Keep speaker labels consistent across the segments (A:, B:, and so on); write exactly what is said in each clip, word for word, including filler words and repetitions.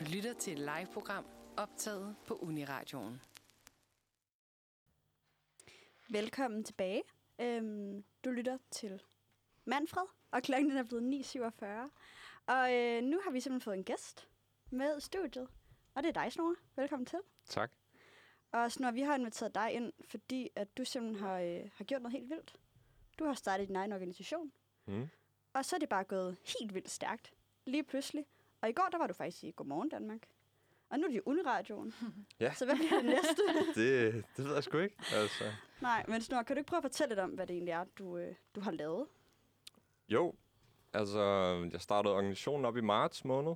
A: Du lytter til et live-program optaget på Uniradioen.
B: Velkommen tilbage. Øhm, du lytter til Manfred, og klokken er blevet ni syvogfyrre. Og øh, nu har vi simpelthen fået en gæst med i studiet, og det er dig, Snorre. Velkommen til.
C: Tak.
B: Og Snorre, vi har inviteret dig ind, fordi at du simpelthen har, øh, har gjort noget helt vildt. Du har startet din egen organisation,
C: Mm.
B: og så er det bare gået helt vildt stærkt, lige pludselig. Og i går, der var du faktisk i Godmorgen Danmark. Og nu er det jo Uniradioen.
C: Ja.
B: Så hvad bliver det næste?
C: det, det ved jeg sgu ikke. Altså.
B: Nej, men Snorre, kan du ikke prøve at fortælle lidt om, hvad det egentlig er, du, øh, du har lavet?
C: Jo, altså jeg startede organisationen op i marts måned.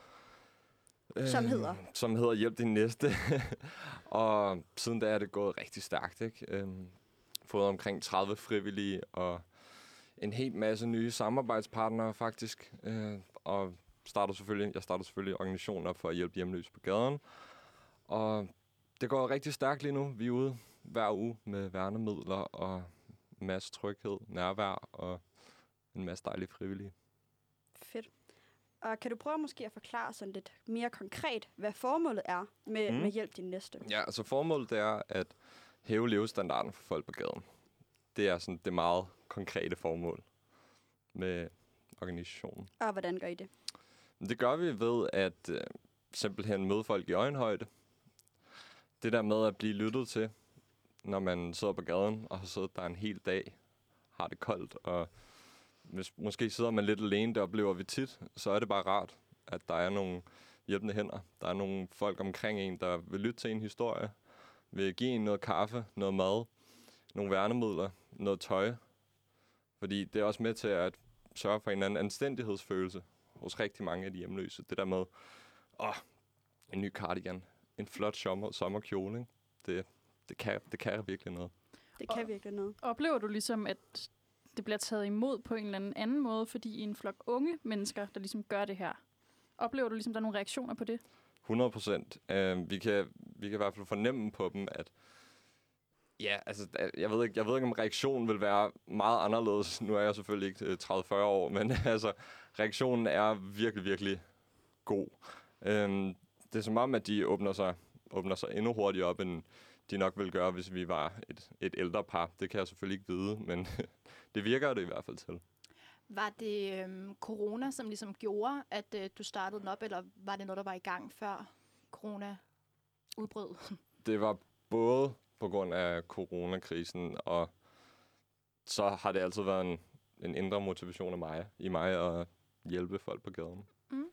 B: Som hedder?
C: Øh, som hedder Hjælp din næste. Og siden da er det gået rigtig stærkt, ikke? Øh, fået omkring tredive frivillige og en hel masse nye samarbejdspartnere faktisk. Øh, og startede selvfølgelig, jeg startede selvfølgelig organisationen op for at hjælpe hjemløse på gaden. Og det går rigtig stærkt lige nu. Vi er ude hver uge med værnemidler og en masse tryghed, nærvær og en masse dejlige frivillige.
B: Fedt. Og kan du prøve måske at forklare sådan lidt mere konkret, hvad formålet er med, mm. med Hjælp din næste?
C: Ja, altså formålet det er at hæve levestandarden for folk på gaden. Det er sådan det meget konkrete formål med organisationen.
B: Og hvordan gør I det?
C: Det gør vi ved at øh, simpelthen møde folk i øjenhøjde. Det der med at blive lyttet til, når man sidder på gaden og har siddet der en hel dag, har det koldt, og hvis måske sidder man lidt alene, det oplever vi tit, så er det bare rart, at der er nogle hjælpende hænder. Der er nogle folk omkring en, der vil lytte til en historie, vil give en noget kaffe, noget mad, nogle værnemidler, noget tøj. Fordi det er også med til at sørge for en anden anstændighedsfølelse hos rigtig mange af de hjemløse. Det der med, åh, en ny cardigan, en flot sommer, sommerkjole, ikke? Det, det, kan, det kan virkelig noget.
B: Det kan
D: og,
B: virkelig noget.
D: Oplever du ligesom, at det bliver taget imod på en eller anden, anden måde, fordi I er en flok unge mennesker, der ligesom gør det her? Oplever du ligesom, der er nogle reaktioner på det?
C: hundrede procent. Uh, vi, kan, vi kan i hvert fald fornemme på dem, at ja, altså, jeg ved, ikke, jeg ved ikke, om reaktionen vil være meget anderledes. Nu er jeg selvfølgelig ikke tredive til fyrre år, men altså, reaktionen er virkelig, virkelig god. Uh, det er som om, at de åbner sig, åbner sig endnu hurtigere op, end de nok ville gøre, hvis vi var et, et ældre par. Det kan jeg selvfølgelig ikke vide, men det virker det i hvert fald til.
E: Var det øhm, corona, som ligesom gjorde, at øh, du startede den op, eller var det noget, der var i gang før corona udbrød?
C: Det var både på grund af coronakrisen, og så har det altid været en, en indre motivation af mig, i mig at hjælpe folk på gaden.
B: Mm.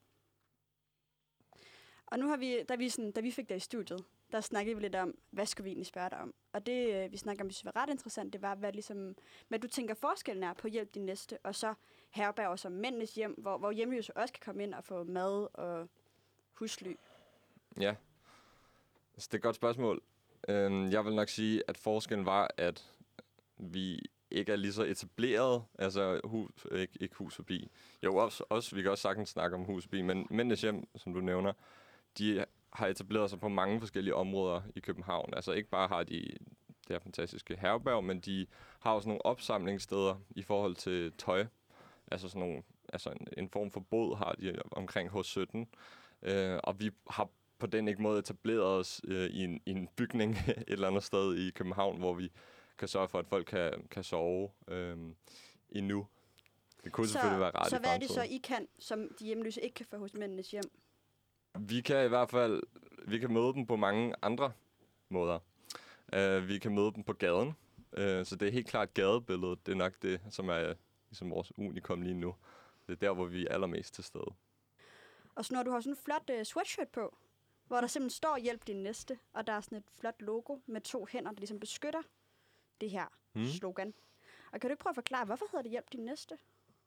B: Og nu har vi, da vi, sådan, da vi fik dig i studiet, der snakkede vi lidt om, hvad skulle vi egentlig spørge dig om? Og det, vi snakker om, hvis det var ret interessant, det var, hvad, ligesom, hvad du tænker forskellen er på Hjælp din næste, og så herberger som Mændenes Hjem, hvor, hvor hjemløse også kan komme ind og få mad og husly.
C: Ja, altså, det er et godt spørgsmål. Jeg vil nok sige, at forskellen var, at vi ikke er lige så etableret, altså hus, ikke, ikke hus forbi. Jo, også, også, vi kan også sagtens snakke om hus forbi, men Mændenes Hjem, som du nævner, de har etableret sig på mange forskellige områder i København. Altså ikke bare har de det her fantastiske herberg, men de har også nogle opsamlingssteder i forhold til tøj. Altså sådan nogle, altså en, en form for bod har de omkring H sytten. Øh, og vi har på den ikke måde etableret os øh, i, en, i en bygning et eller andet sted i København, hvor vi kan sørge for, at folk kan, kan sove øh, endnu. Det kunne
B: så,
C: selvfølgelig være rart.
B: Så hvad er det så, I kan, som de hjemløse ikke kan få hos Mændenes Hjem?
C: Vi kan i hvert fald vi kan møde dem på mange andre måder. Uh, vi kan møde dem på gaden, uh, så det er helt klart gadebilledet. Det er nok det, som er ligesom vores unikum lige nu. Det er der, hvor vi er allermest til stede. Og
B: så når du har sådan en flot uh, sweatshirt på, hvor der simpelthen står Hjælp din næste, og der er sådan et flot logo med to hænder, der ligesom beskytter det her hmm. slogan. Og kan du ikke prøve at forklare, hvorfor hedder det Hjælp din næste?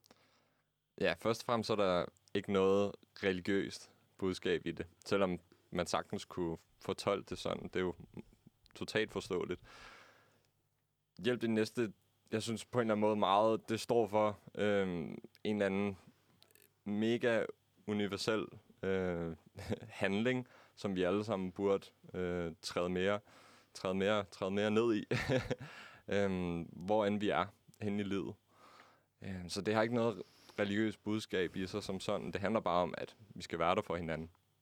C: Ja, først og fremmest så er der ikke noget religiøst budskab i det. Selvom man sagtens kunne fortolke det sådan. Det er jo totalt forståeligt. Hjælp din næste, jeg synes på en eller anden måde meget, det står for øh, en eller anden mega universel øh, handling, som vi alle sammen burde øh, træde mere, træde mere, træde mere ned i, øh, hvor end vi er henne i livet. Øh, så det har ikke noget religiøst budskab i sig som sådan. Det handler bare om, at vi skal være der for hinanden.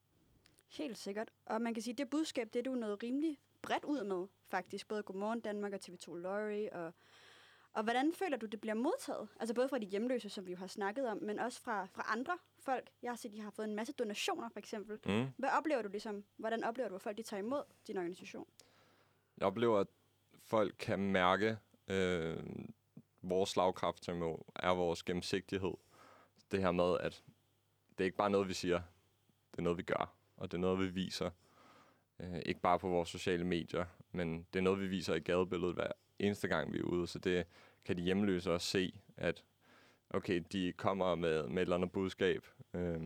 B: Helt sikkert. Og man kan sige, at det budskab, det er du noget rimelig bredt ud med, faktisk. Både Godmorgen Danmark og T V to Lorry. Og, og hvordan føler du, det bliver modtaget? Altså både fra de hjemløse, som vi jo har snakket om, men også fra, fra andre folk. Jeg har set, at de har fået en masse donationer, for eksempel.
C: Mm.
B: Hvad oplever du ligesom? Hvordan oplever du, at folk de tager imod din organisation?
C: Jeg oplever, at folk kan mærke øh, vores slagkraft, som jo er vores gennemsigtighed. Det her med, at det er ikke bare noget, vi siger. Det er noget, vi gør. Og det er noget, vi viser. Øh, ikke bare på vores sociale medier, men det er noget, vi viser i gadebilledet hver eneste gang, vi er ude. Så det kan de hjemløse også se, at okay, de kommer med, med et eller andet budskab. Øh,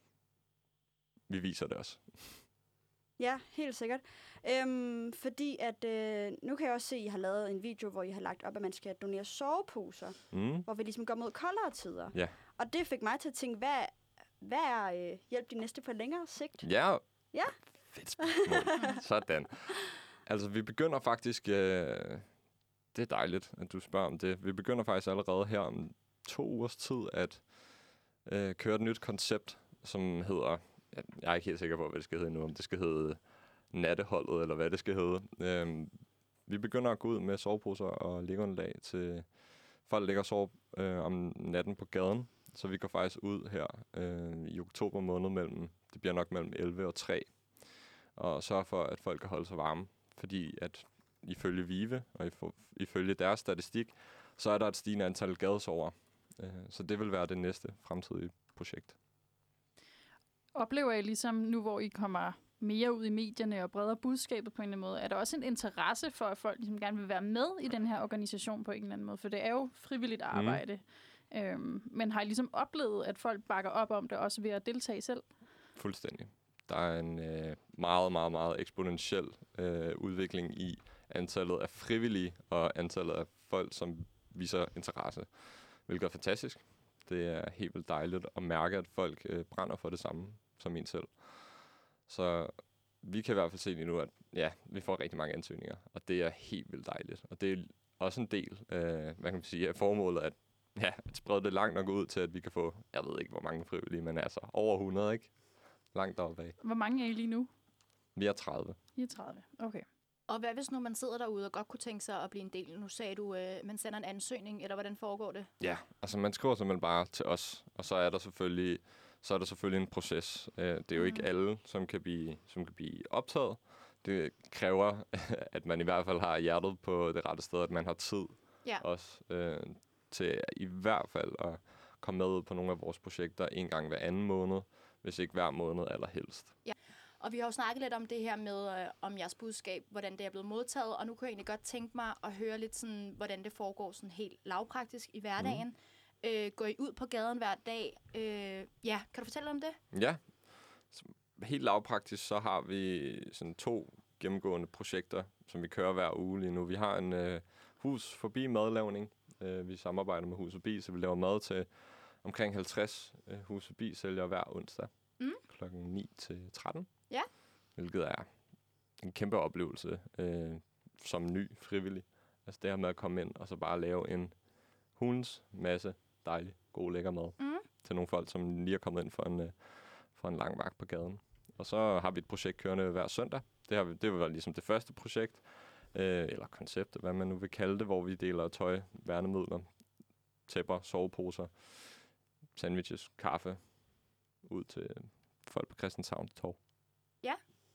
C: vi viser det også.
B: Ja, helt sikkert. Øhm, fordi at, øh, nu kan jeg også se, at I har lavet en video, hvor I har lagt op, at man skal donere soveposer,
C: Mm.
B: hvor vi ligesom går mod koldere tider.
C: Ja.
B: Og det fik mig til at tænke, hvad, hvad er øh, hjælp de næste på længere sigt?
C: Ja.
B: Ja.
C: Fedt spørgsmål. Sådan. Altså, vi begynder faktisk... Øh, det er dejligt, at du spørger om det. Vi begynder faktisk allerede her om to ugers tid at øh, køre et nyt koncept, som hedder... Jeg er ikke helt sikker på, hvad det skal hedde nu. Om det skal hedde Natteholdet, eller hvad det skal hedde. Øh, vi begynder at gå ud med soveposer og liggeunderlag til folk, der ligger og sover øh, om natten på gaden. Så vi går faktisk ud her øh, i oktober måned mellem... Det bliver nok mellem elleve og tre. Og sørge for, at folk kan holde sig varme. Fordi at ifølge VIVE, og ifølge deres statistik, så er der et stigende antal gadesover. Så det vil være det næste fremtidige projekt.
D: Oplever I ligesom nu, hvor I kommer mere ud i medierne og breder budskabet på en eller anden måde, er der også en interesse for, at folk ligesom gerne vil være med i den her organisation på en eller anden måde? For det er jo frivilligt arbejde. Mm. Øhm, men har I ligesom oplevet, at folk bakker op om det, også ved at deltage selv?
C: Fuldstændig. Der er en øh, meget, meget, meget eksponentiel øh, udvikling i antallet af frivillige og antallet af folk, som viser interesse, hvilket er fantastisk. Det er helt vildt dejligt at mærke, at folk øh, brænder for det samme som en selv. Så vi kan i hvert fald se lige nu, at ja, vi får rigtig mange ansøgninger, og det er helt vildt dejligt. Og det er også en del øh, hvad kan man sige, af formålet, at, ja, at sprede det langt nok ud til, at vi kan få, jeg ved ikke, hvor mange frivillige, men altså over hundrede, ikke? Langt deroppe af.
D: Hvor mange er I lige nu?
C: Vi er tredive.
D: I er tredive, okay.
E: Og hvad hvis nu man sidder derude og godt kunne tænke sig at blive en del? Nu sagde du, øh, man sender en ansøgning, eller hvordan foregår det?
C: Ja, altså man skriver simpelthen bare til os, og så er der selvfølgelig, så er der selvfølgelig en proces. Uh, det er jo mm. ikke alle, som kan, blive, som kan blive optaget. Det kræver, at man i hvert fald har hjertet på det rette sted, at man har tid
E: ja.
C: også uh, til i hvert fald at komme med på nogle af vores projekter en gang hver anden måned, hvis ikke hver måned allerhelst.
E: Ja. Og vi har jo snakket lidt om det her med, øh, om jeres budskab, hvordan det er blevet modtaget, og nu kunne jeg egentlig godt tænke mig at høre lidt sådan, hvordan det foregår sådan helt lavpraktisk i hverdagen. Mm. Øh, går I ud på gaden hver dag? Øh, ja, kan du fortælle om det?
C: Ja, så helt lavpraktisk, så har vi sådan to gennemgående projekter, som vi kører hver uge lige nu. Vi har en øh, hus forbi madlavning. Øh, vi samarbejder med Hus Forbi, så vi laver mad til omkring halvtreds øh, Hus Forbi sælger hver onsdag mm. klokken ni til tretten.
E: Ja.
C: Hvilket er en kæmpe oplevelse øh, som ny frivillig. Altså det her med at komme ind og så bare lave en hulens masse dejlig, god, lækker mad mm. til nogle folk, som lige er kommet ind for en, øh, for en lang vagt på gaden. Og så har vi et projekt kørende hver søndag. Det, har vi, det var ligesom det første projekt, øh, eller koncept, hvad man nu vil kalde det, hvor vi deler tøj, værnemidler, tæpper, soveposer, sandwiches, kaffe ud til folk på Christianshavn Torv.
E: Ja,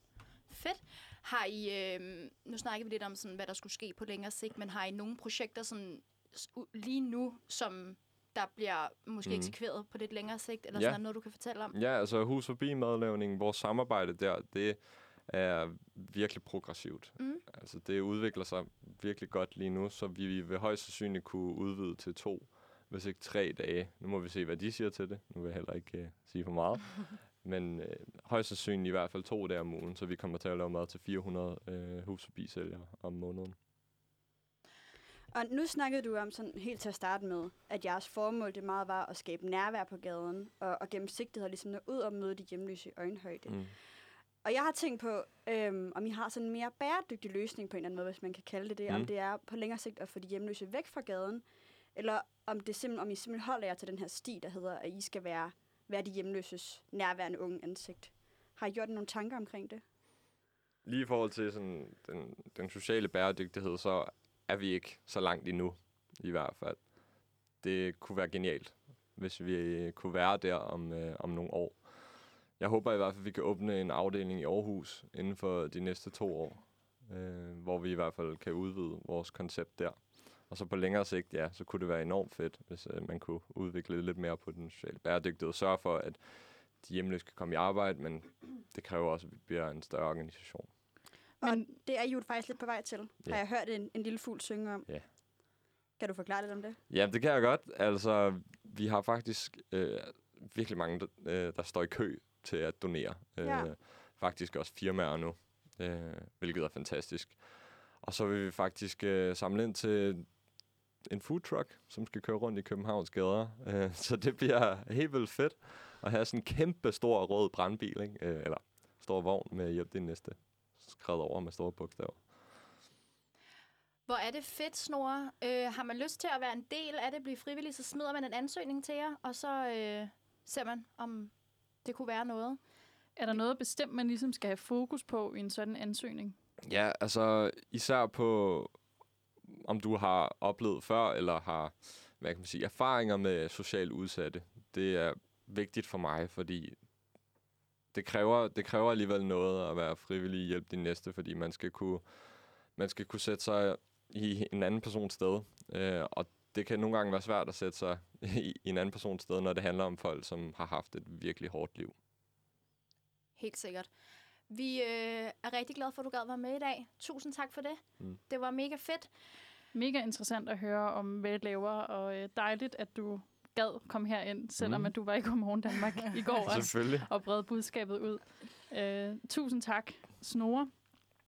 E: fedt. Har I, øh, nu snakker vi lidt om, sådan, hvad der skulle ske på længere sigt, men har I nogle projekter sådan, lige nu, som der bliver måske mm. eksekveret på lidt længere sigt, eller ja. Sådan noget, du kan fortælle om?
C: Ja, altså Hus Forbi madlavning, vores samarbejde der, det er virkelig progressivt. Mm. Altså det udvikler sig virkelig godt lige nu, så vi vil højst sandsynligt kunne udvide til to, hvis ikke tre dage. Nu må vi se, hvad de siger til det. Nu vil jeg heller ikke uh, sige for meget. Men øh, højst sandsynligt i hvert fald to dage om ugen, så vi kommer til at lave mad til fire hundrede øh, Hus Forbi sælgere om måneden.
B: Og nu snakkede du om sådan helt til at starte med, at jeres formål det meget var at skabe nærvær på gaden, og, og gennemsigtighed, ligesom nå ud og møde de hjemløse i øjenhøjde. Mm. Og jeg har tænkt på, øhm, om I har sådan en mere bæredygtig løsning på en eller anden måde, hvis man kan kalde det det, mm. om det er på længere sigt at få de hjemløse væk fra gaden, eller om, det simpelthen, om I simpelthen holder jer til den her sti, der hedder, at I skal være, være de hjemløses nærværende unge ansigt. Har I gjort nogle tanker omkring det?
C: Lige i forhold til sådan, den, den sociale bæredygtighed, så er vi ikke så langt endnu, i hvert fald. Det kunne være genialt, hvis vi kunne være der om, øh, om nogle år. Jeg håber i hvert fald, at vi kan åbne en afdeling i Aarhus inden for de næste to år, øh, hvor vi i hvert fald kan udvide vores koncept der. Og så på længere sigt, ja, så kunne det være enormt fedt, hvis øh, man kunne udvikle lidt mere på den sociale bæredygtighed. Sørge for, at de hjemløse kan komme i arbejde, men det kræver også, at vi bliver en større organisation.
B: Og det er I jo faktisk lidt på vej til,
C: Ja.
B: har jeg hørt en, en lille fugl synge om.
C: Ja.
B: Kan du forklare lidt om det?
C: Ja, det kan jeg godt. Altså, vi har faktisk øh, virkelig mange, der, øh, der står i kø til at donere.
B: Ja.
C: Øh, faktisk også firmaer nu, øh, hvilket er fantastisk. Og så vil vi faktisk øh, samle ind til en food truck, som skal køre rundt i Københavns gader. Øh, så det bliver helt vildt fedt at have sådan en kæmpe stor rød brandbil, ikke? Øh, eller stor vogn med hjælp din næste. Skrevet over med store bogstaver.
E: Hvor er det fedt, Snore. Øh, har man lyst til at være en del af det, blive frivillig, så smider man en ansøgning til jer, og så øh, ser man, om det kunne være noget.
D: Er der noget bestemt, man ligesom skal have fokus på i en sådan ansøgning?
C: Ja, altså især på, om du har oplevet før, eller har hvad kan man sige, erfaringer med socialt udsatte. Det er vigtigt for mig, fordi det kræver, det kræver alligevel noget at være frivillig i hjælp din næste, fordi man skal kunne, man skal kunne sætte sig i en anden persons sted. Øh, og det kan nogle gange være svært at sætte sig i, i en anden persons sted, når det handler om folk, som har haft et virkelig hårdt liv.
E: Helt sikkert. Vi øh, er rigtig glade for, at du gad være med i dag. Tusind tak for det. Mm. Det var mega fedt.
D: Mega interessant at høre om, hvad du laver, og øh, dejligt, at du gad komme herind, selvom mm. at du var i Godmorgen Danmark i går også, og brede budskabet ud. Øh, tusind tak, Snore.